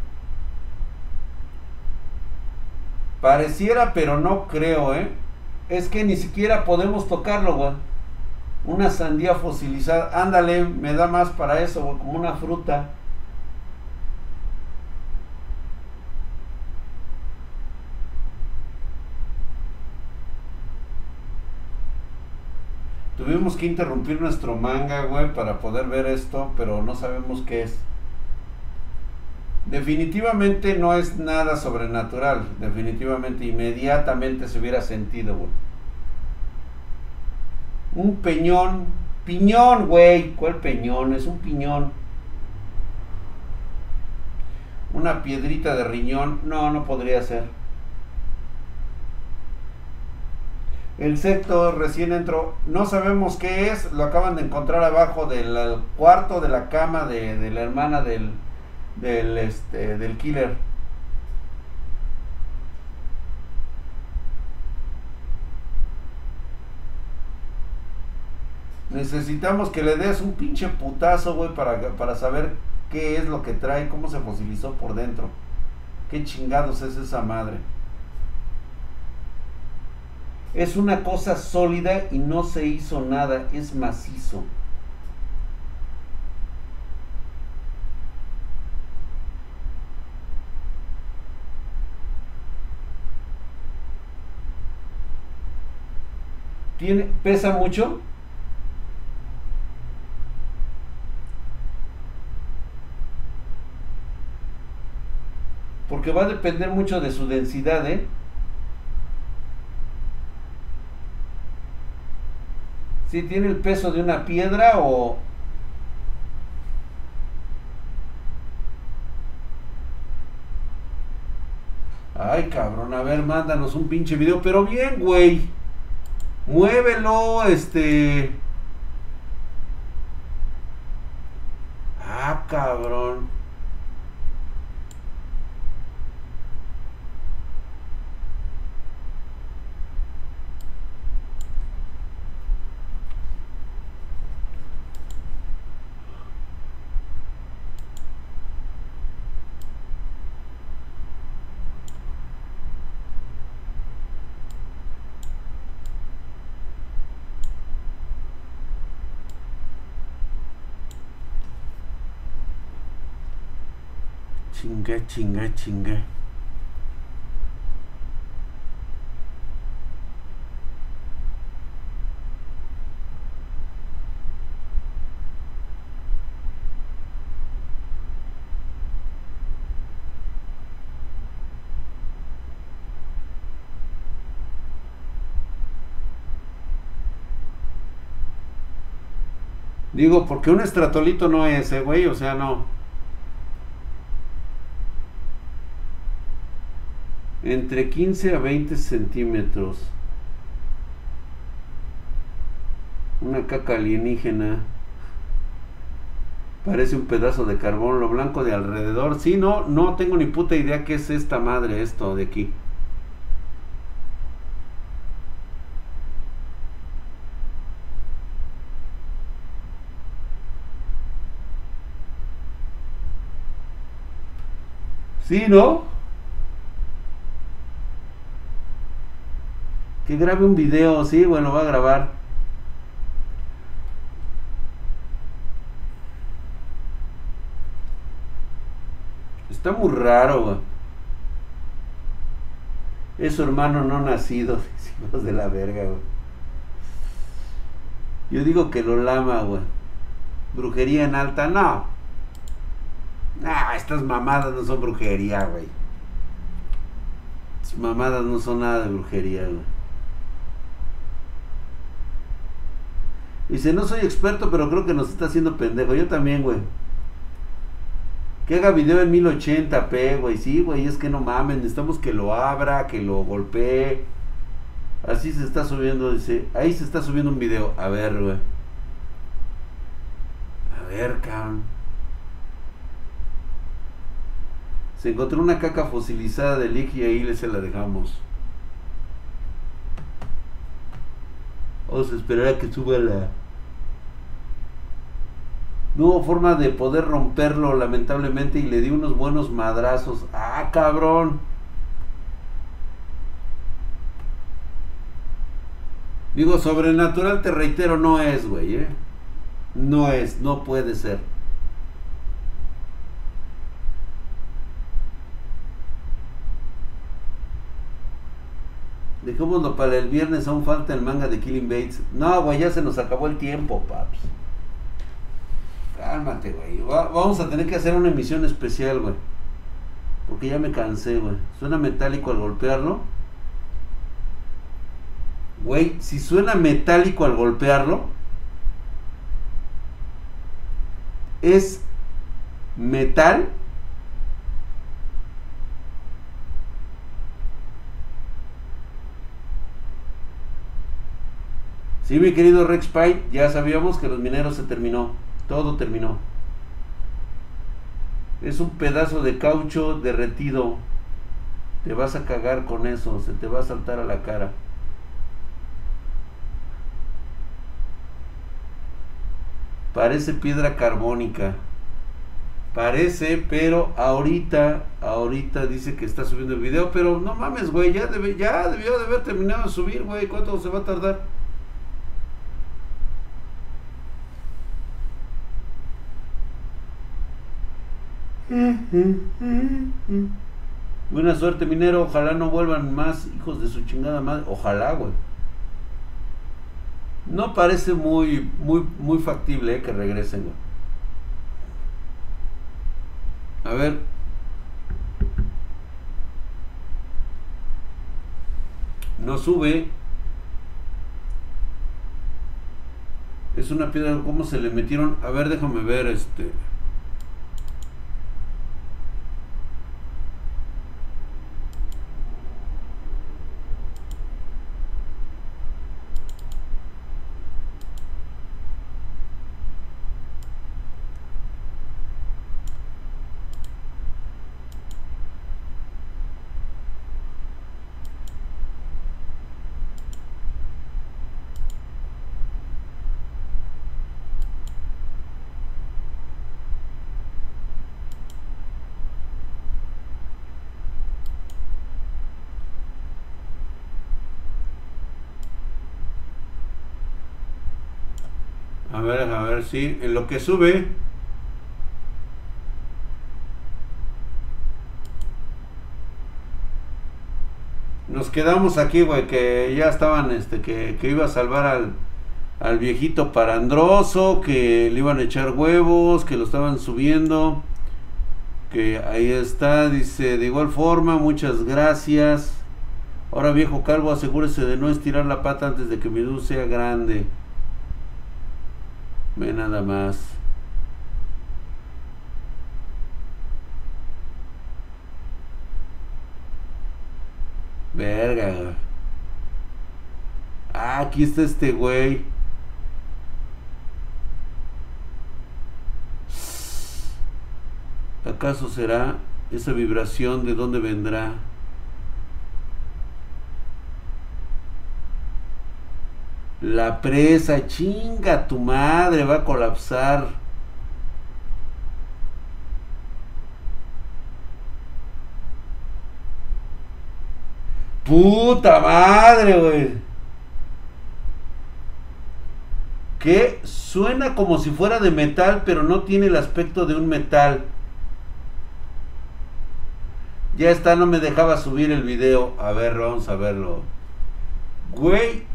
Pareciera, pero no creo, ¿eh? Es que ni siquiera podemos tocarlo, güey. Una sandía fosilizada. Ándale, me da más para eso, güey. Como una fruta. Tuvimos que interrumpir nuestro manga, güey, para poder ver esto, pero no sabemos qué es. Definitivamente no es nada sobrenatural. Definitivamente, inmediatamente se hubiera sentido, güey. Un peñón. Piñón, güey. ¿Cuál peñón? Es un piñón. Una piedrita de riñón. No, no podría ser. El sector recién entró, no sabemos qué es, lo acaban de encontrar abajo del cuarto de la cama de la hermana del killer. Necesitamos que le des un pinche putazo, güey, para saber qué es lo que trae, cómo se fosilizó por dentro. Qué chingados es esa madre. Es una cosa sólida y no se hizo nada, es macizo. ¿Pesa mucho? Porque va a depender mucho de su densidad, ¿eh? Si tiene el peso de una piedra o... Ay, cabrón, a ver, mándanos un pinche video, pero bien, güey. Muévelo, Ah, cabrón. Chinga. Digo, porque un estratolito no es, güey, o sea, no. Entre 15 a 20 centímetros. Una caca alienígena. Parece un pedazo de carbón, lo blanco de alrededor. Sí, no tengo ni puta idea qué es esta madre, esto de aquí. Sí, ¿no? Que grabe un video, sí, bueno, va a grabar. Está muy raro, güey. Es su hermano no nacido, hijos de la verga, güey. Yo digo que lo lama, güey. Brujería en alta, no. Nah, estas mamadas no son brujería, güey. Estas mamadas no son nada de brujería, güey. Dice, no soy experto, pero creo que nos está haciendo pendejo. Yo también, güey. Que haga video en 1080p, güey. Sí, güey, es que no mames. Necesitamos que lo abra, que lo golpee. Así se está subiendo, dice. Ahí se está subiendo un video. A ver, güey. A ver, cabrón. Se encontró una caca fosilizada de Lick y ahí se la dejamos. Vamos a esperar a que suba la... No hubo forma de poder romperlo, lamentablemente, y le di unos buenos madrazos. ¡Ah, cabrón! Digo, sobrenatural, te reitero, no es, güey, ¿eh? No es, no puede ser. Dejémoslo para el viernes, aún falta el manga de Killing Bates. No, güey, ya se nos acabó el tiempo, paps. Cálmate, güey. Vamos a tener que hacer una emisión especial, güey. Porque ya me cansé, güey. Suena metálico al golpearlo. Güey, si suena metálico al golpearlo, es metal. Sí, mi querido Rex Pie, ya sabíamos que los mineros se terminó. Todo terminó. Es un pedazo de caucho derretido. Te vas a cagar con eso. Se te va a saltar a la cara. Parece piedra carbónica. Parece, pero ahorita dice que está subiendo el video. Pero no mames, güey. Ya debió de haber terminado de subir, güey. ¿Cuánto se va a tardar? Buena suerte, minero. Ojalá no vuelvan más hijos de su chingada madre. Ojalá, güey. No parece muy factible, que regresen, güey. A ver. No sube. Es una piedra. ¿Cómo se le metieron? A ver, déjame ver a ver, sí, en lo que sube. Nos quedamos aquí, güey, que ya estaban, que iba a salvar al viejito parandroso, que le iban a echar huevos, que lo estaban subiendo, que ahí está, dice, de igual forma, muchas gracias. Ahora, viejo calvo, asegúrese de no estirar la pata antes de que mi luz sea grande. Ve nada más. Verga, güey. Ah, aquí está este güey. ¿Acaso será esa vibración de dónde vendrá? La presa, chinga tu madre, va a colapsar. Puta madre, güey. Que suena como si fuera de metal, pero no tiene el aspecto de un metal. Ya está, no me dejaba subir el video. A ver, vamos a verlo. Güey.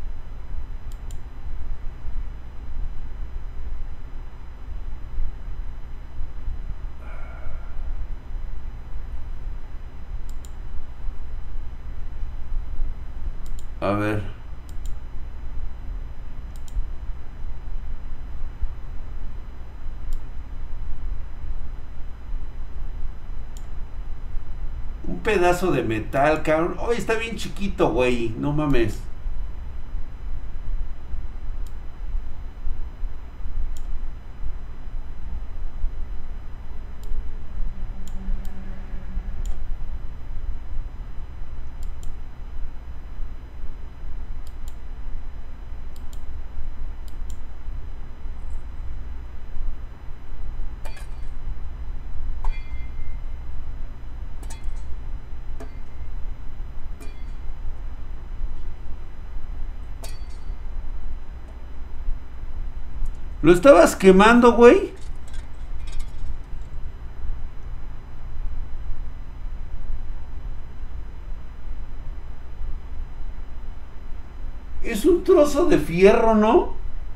A ver. Un pedazo de metal, cabrón. Oh, está bien chiquito, güey. No mames. ¿Lo estabas quemando, güey? Es un trozo de fierro, ¿no?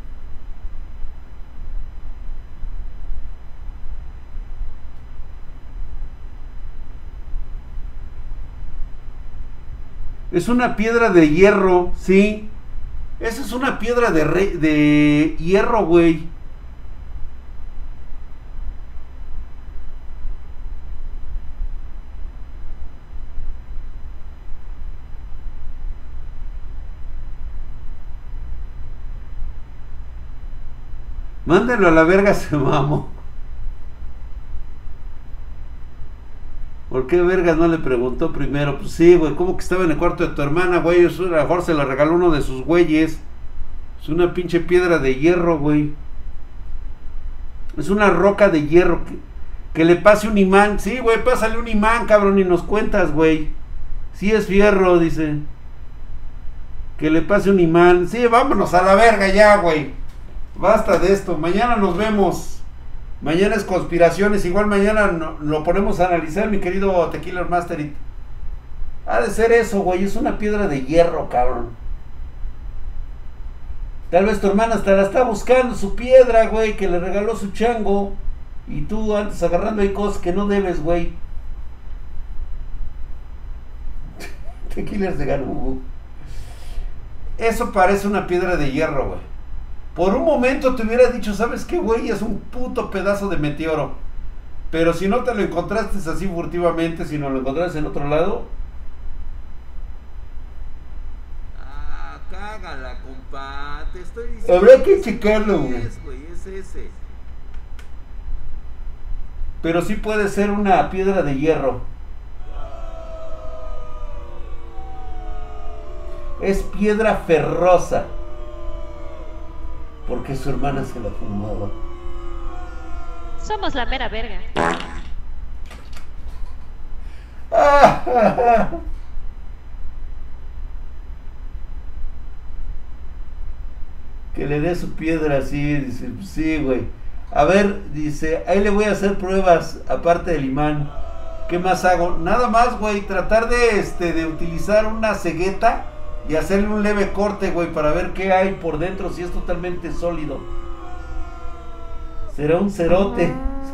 Es una piedra de hierro, sí. Esa es una piedra de hierro, güey. Mándalo a la verga, se mamó. ¿Por qué vergas no le preguntó primero? Pues sí, güey, ¿cómo que estaba en el cuarto de tu hermana, güey? Eso a lo mejor se la regaló uno de sus güeyes. Es una pinche piedra de hierro, güey. Es una roca de hierro. Que le pase un imán. Sí, güey, pásale un imán, cabrón, y nos cuentas, güey. Sí es fierro, dice. Que le pase un imán. Sí, vámonos a la verga ya, güey. Basta de esto. Mañana nos vemos. Mañana es conspiraciones. Igual mañana lo ponemos a analizar, mi querido Tequila Master. Ha de ser eso, güey. Es una piedra de hierro, cabrón. Tal vez tu hermana hasta la está buscando, su piedra, güey, que le regaló su chango. Y tú antes agarrando ahí cosas que no debes, güey. Tequila se ganó. Eso parece una piedra de hierro, güey. Por un momento te hubiera dicho, ¿sabes qué, güey? Es un puto pedazo de meteoro. Pero si no te lo encontraste así furtivamente, si no lo encontraste en otro lado. Ah, cágala, compa. Te estoy diciendo. Habrá que checarlo, güey. Es ese. Pero sí puede ser una piedra de hierro. Es piedra ferrosa. Porque su hermana se la fumaba. Somos la mera verga. Que le dé su piedra así, dice, sí, güey. A ver, dice, ahí le voy a hacer pruebas, aparte del imán. ¿Qué más hago? Nada más, güey, tratar de utilizar una cegueta y hacerle un leve corte, güey, para ver qué hay por dentro, si es totalmente sólido. Será un cerote.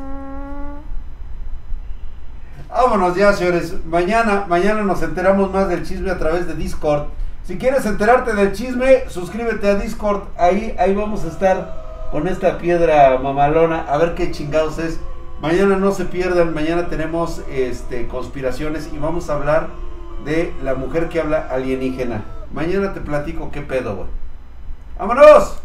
Vámonos ya, señores. Mañana nos enteramos más del chisme a través de Discord. Si quieres enterarte del chisme, suscríbete a Discord. Ahí vamos a estar con esta piedra mamalona. A ver qué chingados es. Mañana no se pierdan. Mañana tenemos conspiraciones y vamos a hablar de la mujer que habla alienígena. Mañana te platico qué pedo, güey. ¡Vámonos!